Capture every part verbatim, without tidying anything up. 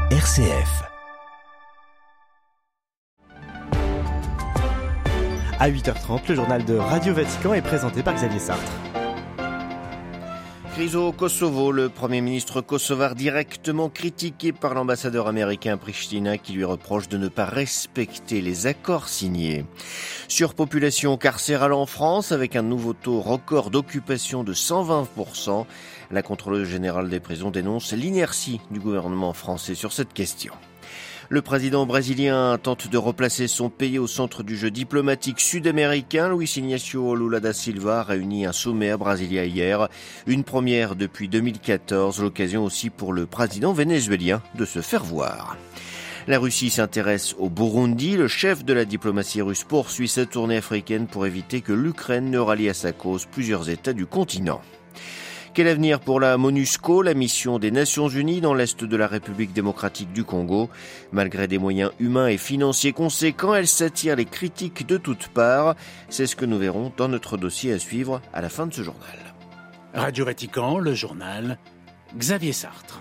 R C F. À huit heures trente, le journal de Radio Vatican est présenté par Xavier Sartre. Crise au Kosovo, le Premier ministre kosovar directement critiqué par l'ambassadeur américain à Pristina qui lui reproche de ne pas respecter les accords signés. Surpopulation carcérale en France avec un nouveau taux record d'occupation de cent vingt pour cent. La contrôleuse générale des prisons dénonce l'inertie du gouvernement français sur cette question. Le président brésilien tente de replacer son pays au centre du jeu diplomatique sud-américain. Luiz Inácio Lula da Silva a réuni un sommet à Brasilia hier. Une première depuis deux mille quatorze, l'occasion aussi pour le président vénézuélien de se faire voir. La Russie s'intéresse au Burundi. Le chef de la diplomatie russe poursuit sa tournée africaine pour éviter que l'Ukraine ne rallie à sa cause plusieurs États du continent. Quel avenir pour la MONUSCO, la mission des Nations Unies dans l'est de la République démocratique du Congo? Malgré des moyens humains et financiers conséquents, elle s'attire les critiques de toutes parts. C'est ce que nous verrons dans notre dossier à suivre à la fin de ce journal. Radio Vatican, le journal, Xavier Sartre.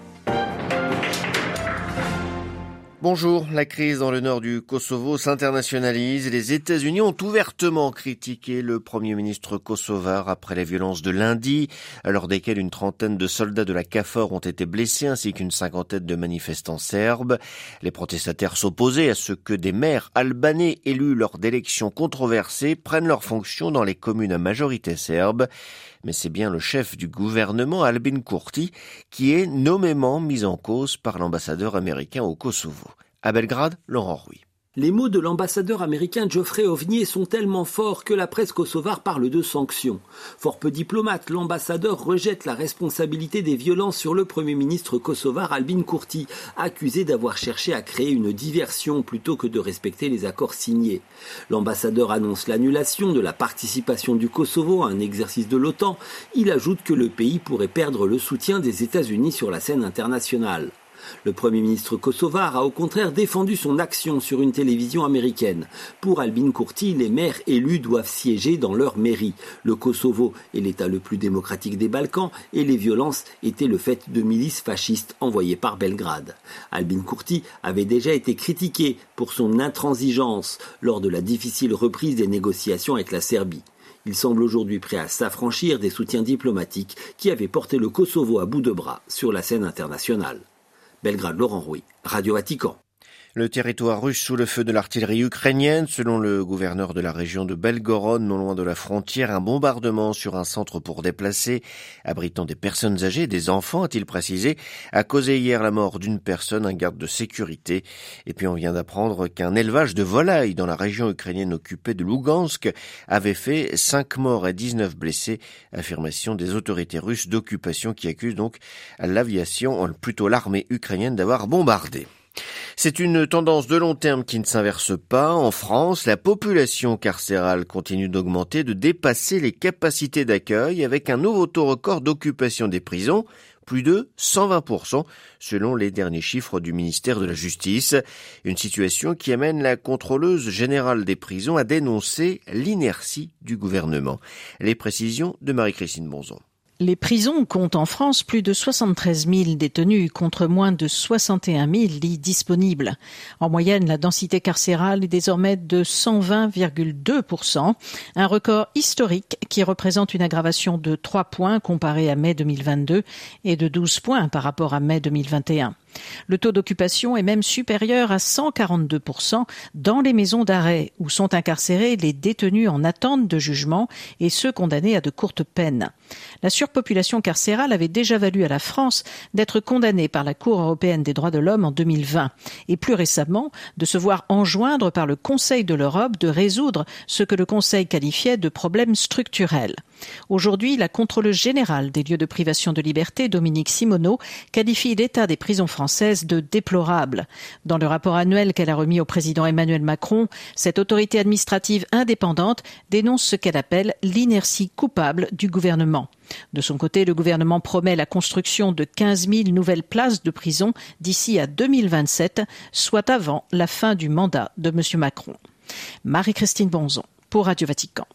Bonjour, la crise dans le nord du Kosovo s'internationalise. Les États-Unis ont ouvertement critiqué le Premier ministre kosovar après les violences de lundi, lors desquelles une trentaine de soldats de la KFOR ont été blessés ainsi qu'une cinquantaine de manifestants serbes. Les protestataires s'opposaient à ce que des maires albanais élus lors d'élections controversées prennent leurs fonctions dans les communes à majorité serbe. Mais c'est bien le chef du gouvernement, Albin Kurti, qui est nommément mis en cause par l'ambassadeur américain au Kosovo. À Belgrade, Laurent Rouy. Les mots de l'ambassadeur américain Geoffrey Ovnier sont tellement forts que la presse kosovare parle de sanctions. Fort peu diplomate, l'ambassadeur rejette la responsabilité des violences sur le Premier ministre kosovar Albin Kurti, accusé d'avoir cherché à créer une diversion plutôt que de respecter les accords signés. L'ambassadeur annonce l'annulation de la participation du Kosovo à un exercice de l'OTAN. Il ajoute que le pays pourrait perdre le soutien des États-Unis sur la scène internationale. Le Premier ministre kosovar a au contraire défendu son action sur une télévision américaine. Pour Albin Kurti, les maires élus doivent siéger dans leur mairie. Le Kosovo est l'État le plus démocratique des Balkans et les violences étaient le fait de milices fascistes envoyées par Belgrade. Albin Kurti avait déjà été critiqué pour son intransigeance lors de la difficile reprise des négociations avec la Serbie. Il semble aujourd'hui prêt à s'affranchir des soutiens diplomatiques qui avaient porté le Kosovo à bout de bras sur la scène internationale. Belgrade, Laurent Rouy, Radio Vatican. Le territoire russe sous le feu de l'artillerie ukrainienne. Selon le gouverneur de la région de Belgorod, non loin de la frontière, un bombardement sur un centre pour déplacés, abritant des personnes âgées et des enfants, a-t-il précisé, a causé hier la mort d'une personne, un garde de sécurité. Et puis on vient d'apprendre qu'un élevage de volailles dans la région ukrainienne occupée de Lugansk avait fait cinq morts et dix-neuf blessés. Affirmation des autorités russes d'occupation qui accusent donc l'aviation, plutôt l'armée ukrainienne, d'avoir bombardé. C'est une tendance de long terme qui ne s'inverse pas. En France, la population carcérale continue d'augmenter, de dépasser les capacités d'accueil avec un nouveau taux record d'occupation des prisons, plus de cent vingt pour cent selon les derniers chiffres du ministère de la Justice. Une situation qui amène la contrôleuse générale des prisons à dénoncer l'inertie du gouvernement. Les précisions de Marie-Christine Bonzon. Les prisons comptent en France plus de soixante-treize mille détenus contre moins de soixante et un mille lits disponibles. En moyenne, la densité carcérale est désormais de cent vingt virgule deux pour cent, un record historique qui représente une aggravation de trois points comparé à mai deux mille vingt-deux et de douze points par rapport à mai deux mille vingt et un. Le taux d'occupation est même supérieur à cent quarante-deux pour cent dans les maisons d'arrêt où sont incarcérés les détenus en attente de jugement et ceux condamnés à de courtes peines. La surpopulation carcérale avait déjà valu à la France d'être condamnée par la Cour européenne des droits de l'homme en deux mille vingt et plus récemment de se voir enjoindre par le Conseil de l'Europe de résoudre ce que le Conseil qualifiait de problème structurel. Aujourd'hui, la contrôleuse générale des lieux de privation de liberté, Dominique Simoneau, qualifie l'état des prisons françaises de déplorable. Dans le rapport annuel qu'elle a remis au président Emmanuel Macron, cette autorité administrative indépendante dénonce ce qu'elle appelle l'inertie coupable du gouvernement. De son côté, le gouvernement promet la construction de quinze mille nouvelles places de prison d'ici à deux mille vingt-sept, soit avant la fin du mandat de M. Macron. Marie-Christine Bonzon pour Radio Vatican.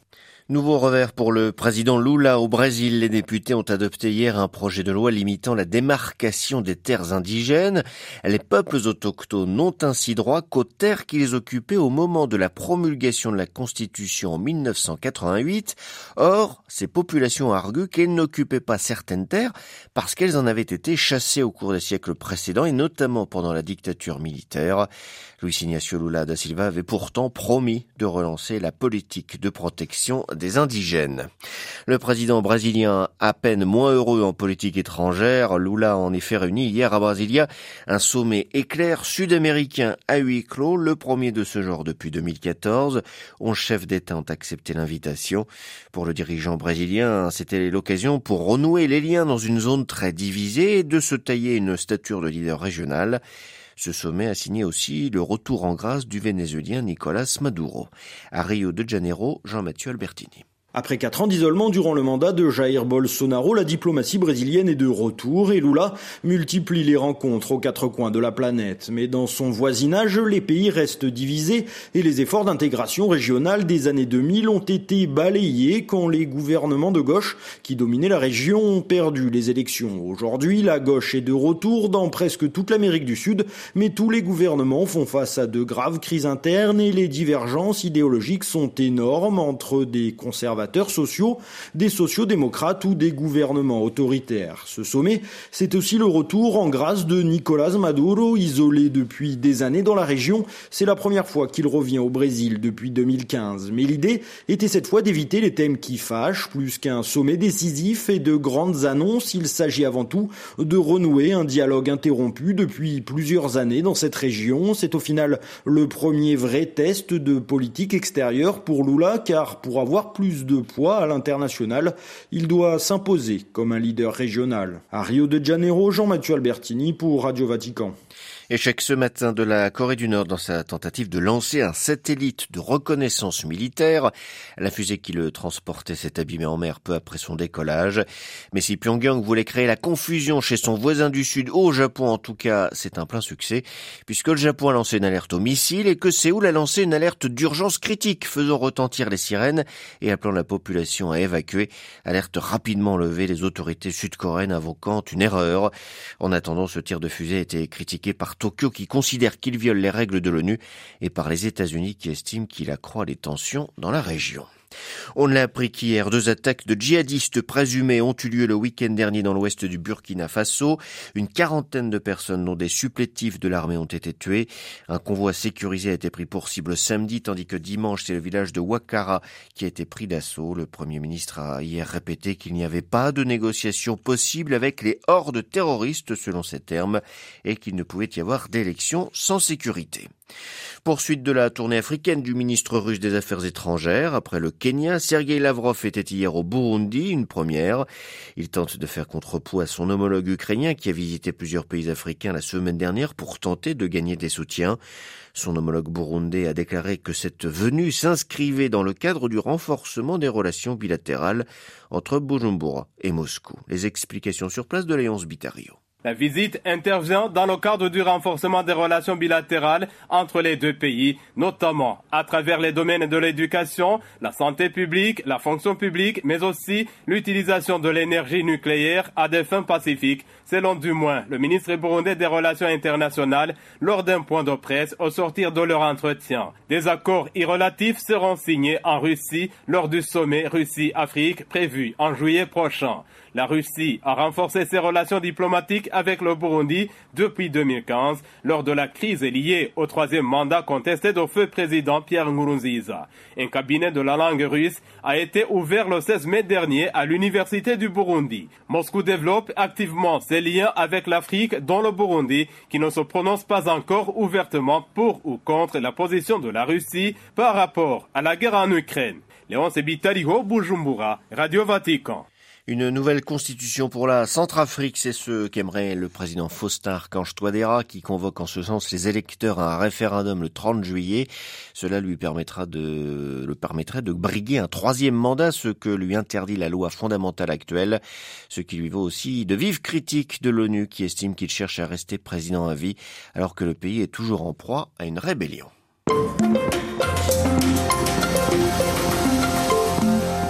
Nouveau revers pour le président Lula au Brésil. Les députés ont adopté hier un projet de loi limitant la démarcation des terres indigènes. Les peuples autochtones n'ont ainsi droit qu'aux terres qu'ils occupaient au moment de la promulgation de la Constitution en mille neuf cent quatre-vingt-huit. Or, ces populations arguent qu'elles n'occupaient pas certaines terres parce qu'elles en avaient été chassées au cours des siècles précédents et notamment pendant la dictature militaire. Luis Ignacio Lula da Silva avait pourtant promis de relancer la politique de protection des indigènes. Le président brésilien à peine moins heureux en politique étrangère, Lula a en effet réuni hier à Brasilia un sommet éclair sud-américain à huis clos, le premier de ce genre depuis deux mille quatorze. Onze chefs d'État ont accepté l'invitation. Pour le dirigeant brésilien, c'était l'occasion pour renouer les liens dans une zone très divisée et de se tailler une stature de leader régional. Ce sommet a signé aussi le retour en grâce du Vénézuélien Nicolás Maduro. À Rio de Janeiro, Jean-Mathieu Albertini. Après quatre ans d'isolement durant le mandat de Jair Bolsonaro, la diplomatie brésilienne est de retour et Lula multiplie les rencontres aux quatre coins de la planète. Mais dans son voisinage, les pays restent divisés et les efforts d'intégration régionale des années deux mille ont été balayés quand les gouvernements de gauche qui dominaient la région ont perdu les élections. Aujourd'hui, la gauche est de retour dans presque toute l'Amérique du Sud, mais tous les gouvernements font face à de graves crises internes et les divergences idéologiques sont énormes entre des conservateurs sociaux, des sociaux-démocrates ou des gouvernements autoritaires. Ce sommet, c'est aussi le retour en grâce de Nicolás Maduro, isolé depuis des années dans la région. C'est la première fois qu'il revient au Brésil depuis deux mille quinze. Mais l'idée était cette fois d'éviter les thèmes qui fâchent. Plus qu'un sommet décisif et de grandes annonces, il s'agit avant tout de renouer un dialogue interrompu depuis plusieurs années dans cette région. C'est au final le premier vrai test de politique extérieure pour Lula, car pour avoir plus de de poids à l'international, il doit s'imposer comme un leader régional. À Rio de Janeiro, Jean-Mathieu Albertini pour Radio Vatican. Échec ce matin de la Corée du Nord dans sa tentative de lancer un satellite de reconnaissance militaire. La fusée qui le transportait s'est abîmée en mer peu après son décollage. Mais si Pyongyang voulait créer la confusion chez son voisin du Sud, au Japon en tout cas, c'est un plein succès, puisque le Japon a lancé une alerte au missile et que Séoul a lancé une alerte d'urgence critique, faisant retentir les sirènes et appelant la population à évacuer. Alerte rapidement levée, les autorités sud-coréennes invoquant une erreur. En attendant, ce tir de fusée a été critiqué par Tokyo qui considère qu'il viole les règles de l'ONU et par les États-Unis qui estiment qu'il accroît les tensions dans la région. On l'a appris qu'hier, deux attaques de djihadistes présumés ont eu lieu le week-end dernier dans l'ouest du Burkina Faso. Une quarantaine de personnes, dont des supplétifs de l'armée, ont été tuées. Un convoi sécurisé a été pris pour cible samedi, tandis que dimanche, c'est le village de Ouattara qui a été pris d'assaut. Le Premier ministre a hier répété qu'il n'y avait pas de négociation possible avec les hordes terroristes, selon ses termes, et qu'il ne pouvait y avoir d'élection sans sécurité. Poursuite de la tournée africaine du ministre russe des Affaires étrangères. Après le Kenya, Sergueï Lavrov était hier au Burundi, une première. Il tente de faire contrepoids à son homologue ukrainien qui a visité plusieurs pays africains la semaine dernière pour tenter de gagner des soutiens. Son homologue burundais a déclaré que cette venue s'inscrivait dans le cadre du renforcement des relations bilatérales entre Bujumbura et Moscou. Les explications sur place de Léonce Bitario. La visite intervient dans le cadre du renforcement des relations bilatérales entre les deux pays, notamment à travers les domaines de l'éducation, la santé publique, la fonction publique, mais aussi l'utilisation de l'énergie nucléaire à des fins pacifiques, selon du moins le ministre burundais des Relations internationales lors d'un point de presse au sortir de leur entretien. Des accords irrelatifs seront signés en Russie lors du sommet Russie-Afrique prévu en juillet prochain. La Russie a renforcé ses relations diplomatiques avec le Burundi depuis deux mille quinze, lors de la crise liée au troisième mandat contesté du feu président Pierre Nkurunziza. Un cabinet de la langue russe a été ouvert le seize mai dernier à l'université du Burundi. Moscou développe activement ses liens avec l'Afrique, dont le Burundi, qui ne se prononce pas encore ouvertement pour ou contre la position de la Russie par rapport à la guerre en Ukraine. Léonce Bitariho, Bujumbura, Radio Vatican. Une nouvelle constitution pour la Centrafrique, c'est ce qu'aimerait le président Faustin Archange Touadéra, qui convoque en ce sens les électeurs à un référendum le trente juillet. Cela lui permettra de, le permettrait de briguer un troisième mandat, ce que lui interdit la loi fondamentale actuelle, ce qui lui vaut aussi de vives critiques de l'ONU qui estime qu'il cherche à rester président à vie, alors que le pays est toujours en proie à une rébellion.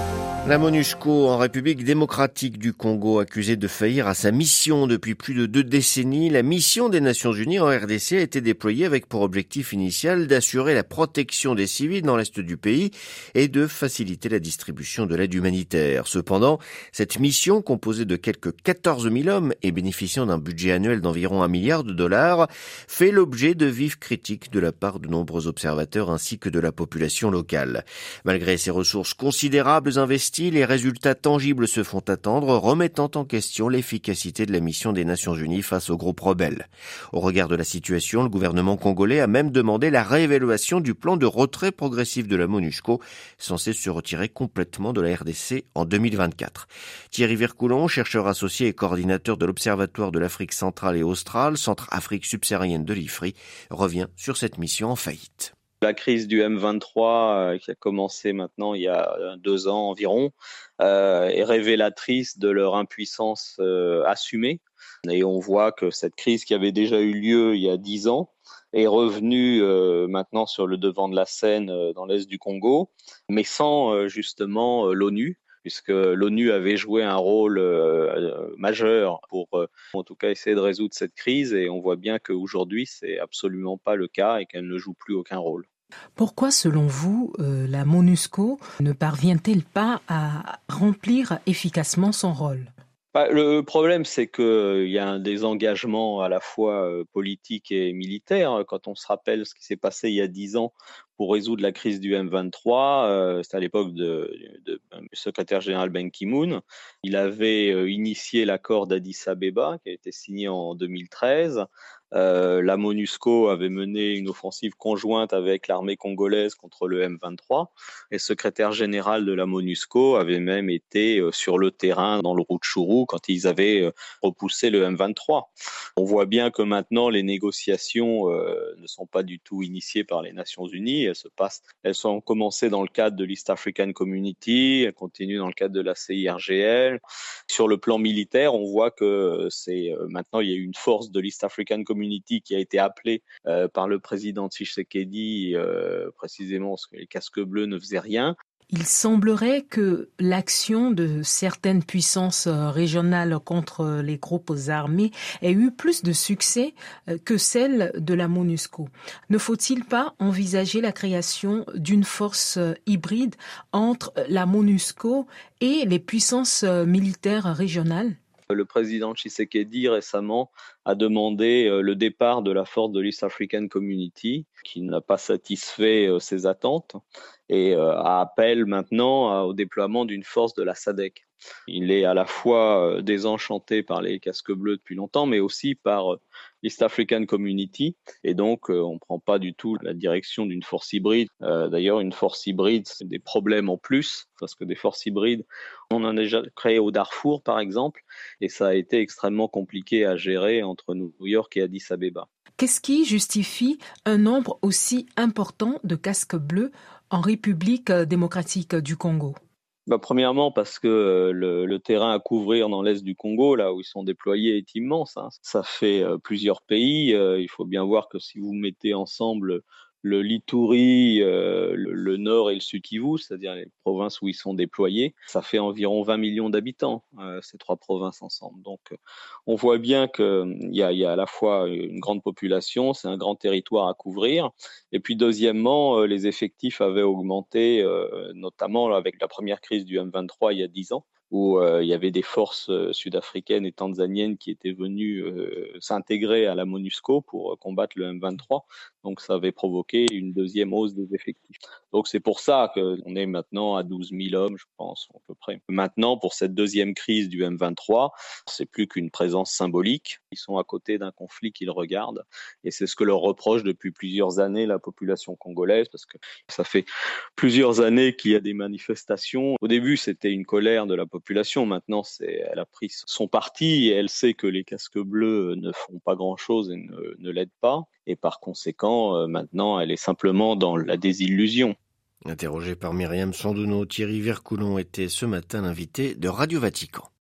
La MONUSCO en République démocratique du Congo, accusée de faillir à sa mission depuis plus de deux décennies. La mission des Nations Unies en R D C a été déployée avec pour objectif initial d'assurer la protection des civils dans l'est du pays et de faciliter la distribution de l'aide humanitaire. Cependant, cette mission, composée de quelques quatorze mille hommes et bénéficiant d'un budget annuel d'environ un milliard de dollars, fait l'objet de vives critiques de la part de nombreux observateurs ainsi que de la population locale. Malgré ses ressources considérables investies, les résultats tangibles se font attendre, remettant en question l'efficacité de la mission des Nations Unies face aux groupes rebelles. Au regard de la situation, le gouvernement congolais a même demandé la réévaluation du plan de retrait progressif de la MONUSCO, censé se retirer complètement de la R D C en deux mille vingt-quatre. Thierry Vircoulon, chercheur associé et coordinateur de l'Observatoire de l'Afrique centrale et australe, Centre Afrique subsaharienne de l'I F R I, revient sur cette mission en faillite. La crise du M vingt-trois, euh, qui a commencé maintenant il y a deux ans environ, euh, est révélatrice de leur impuissance euh, assumée. Et on voit que cette crise qui avait déjà eu lieu il y a dix ans est revenue euh, maintenant sur le devant de la scène euh, dans l'est du Congo, mais sans euh, justement euh, l'ONU, puisque l'ONU avait joué un rôle euh, majeur pour euh, en tout cas essayer de résoudre cette crise, et on voit bien qu'aujourd'hui c'est absolument pas le cas et qu'elle ne joue plus aucun rôle. Pourquoi, selon vous, euh, la MONUSCO ne parvient-elle pas à remplir efficacement son rôle ? Bah, le problème, c'est qu'il euh, y a un désengagement à la fois euh, politique et militaire. Quand on se rappelle ce qui s'est passé il y a dix ans pour résoudre la crise du M vingt-trois, euh, c'était à l'époque de, de, de du secrétaire général Ban Ki-moon. Il avait euh, initié l'accord d'Addis Abeba qui a été signé en deux mille treize. Euh, la MONUSCO avait mené une offensive conjointe avec l'armée congolaise contre le M vingt-trois, et le secrétaire général de la MONUSCO avait même été euh, sur le terrain dans le Rutshuru quand ils avaient euh, repoussé le M vingt-trois. On voit bien que maintenant les négociations euh, ne sont pas du tout initiées par les Nations Unies, elles se passent, elles sont commencées dans le cadre de l'East African Community, elles continuent dans le cadre de la C I R G L. Sur le plan militaire, on voit que c'est euh, maintenant il y a une force de l'East African Community qui a été appelé euh, par le président Tshisekedi, euh, précisément parce que les casques bleus ne faisaient rien. Il semblerait que l'action de certaines puissances régionales contre les groupes armés ait eu plus de succès que celle de la MONUSCO. Ne faut-il pas envisager la création d'une force hybride entre la MONUSCO et les puissances militaires régionales ? Le président Tshisekedi récemment a demandé le départ de la force de l'East African Community, qui n'a pas satisfait ses attentes, et appelle maintenant au déploiement d'une force de la S A D C. Il est à la fois désenchanté par les casques bleus depuis longtemps, mais aussi par l'East African Community, et donc on ne prend pas du tout la direction d'une force hybride. Euh, d'ailleurs, une force hybride, c'est des problèmes en plus, parce que des forces hybrides, on en a déjà créé au Darfour par exemple, et ça a été extrêmement compliqué à gérer entre New York et Addis Abeba. Qu'est-ce qui justifie un nombre aussi important de casques bleus en République démocratique du Congo ? Bah, premièrement parce que le, le terrain à couvrir dans l'est du Congo, là où ils sont déployés, est immense. Hein. Ça fait euh, plusieurs pays. Euh, il faut bien voir que si vous mettez ensemble le l'Ituri, euh, le, le nord et le sud Kivu, c'est-à-dire les provinces où ils sont déployés, ça fait environ vingt millions d'habitants, euh, ces trois provinces ensemble. Donc euh, on voit bien qu'il y a, y a à la fois une grande population, c'est un grand territoire à couvrir, et puis deuxièmement, euh, les effectifs avaient augmenté, euh, notamment avec la première crise du M vingt-trois il y a dix ans, où euh, il y avait des forces euh, sud-africaines et tanzaniennes qui étaient venues euh, s'intégrer à la MONUSCO pour euh, combattre le M vingt-trois. Donc ça avait provoqué une deuxième hausse des effectifs. Donc c'est pour ça qu'on est maintenant à douze mille hommes, je pense, à peu près. Maintenant, pour cette deuxième crise du M vingt-trois, c'est plus qu'une présence symbolique. Ils sont à côté d'un conflit qu'ils regardent. Et c'est ce que leur reproche depuis plusieurs années la population congolaise, parce que ça fait plusieurs années qu'il y a des manifestations. Au début, c'était une colère de la population. Maintenant, c'est, elle a pris son parti et elle sait que les casques bleus ne font pas grand-chose et ne, ne l'aident pas. Et par conséquent, euh, maintenant, elle est simplement dans la désillusion. Interrogé par Myriam Sandouno, Thierry Vircoulon était ce matin l'invité de Radio Vatican.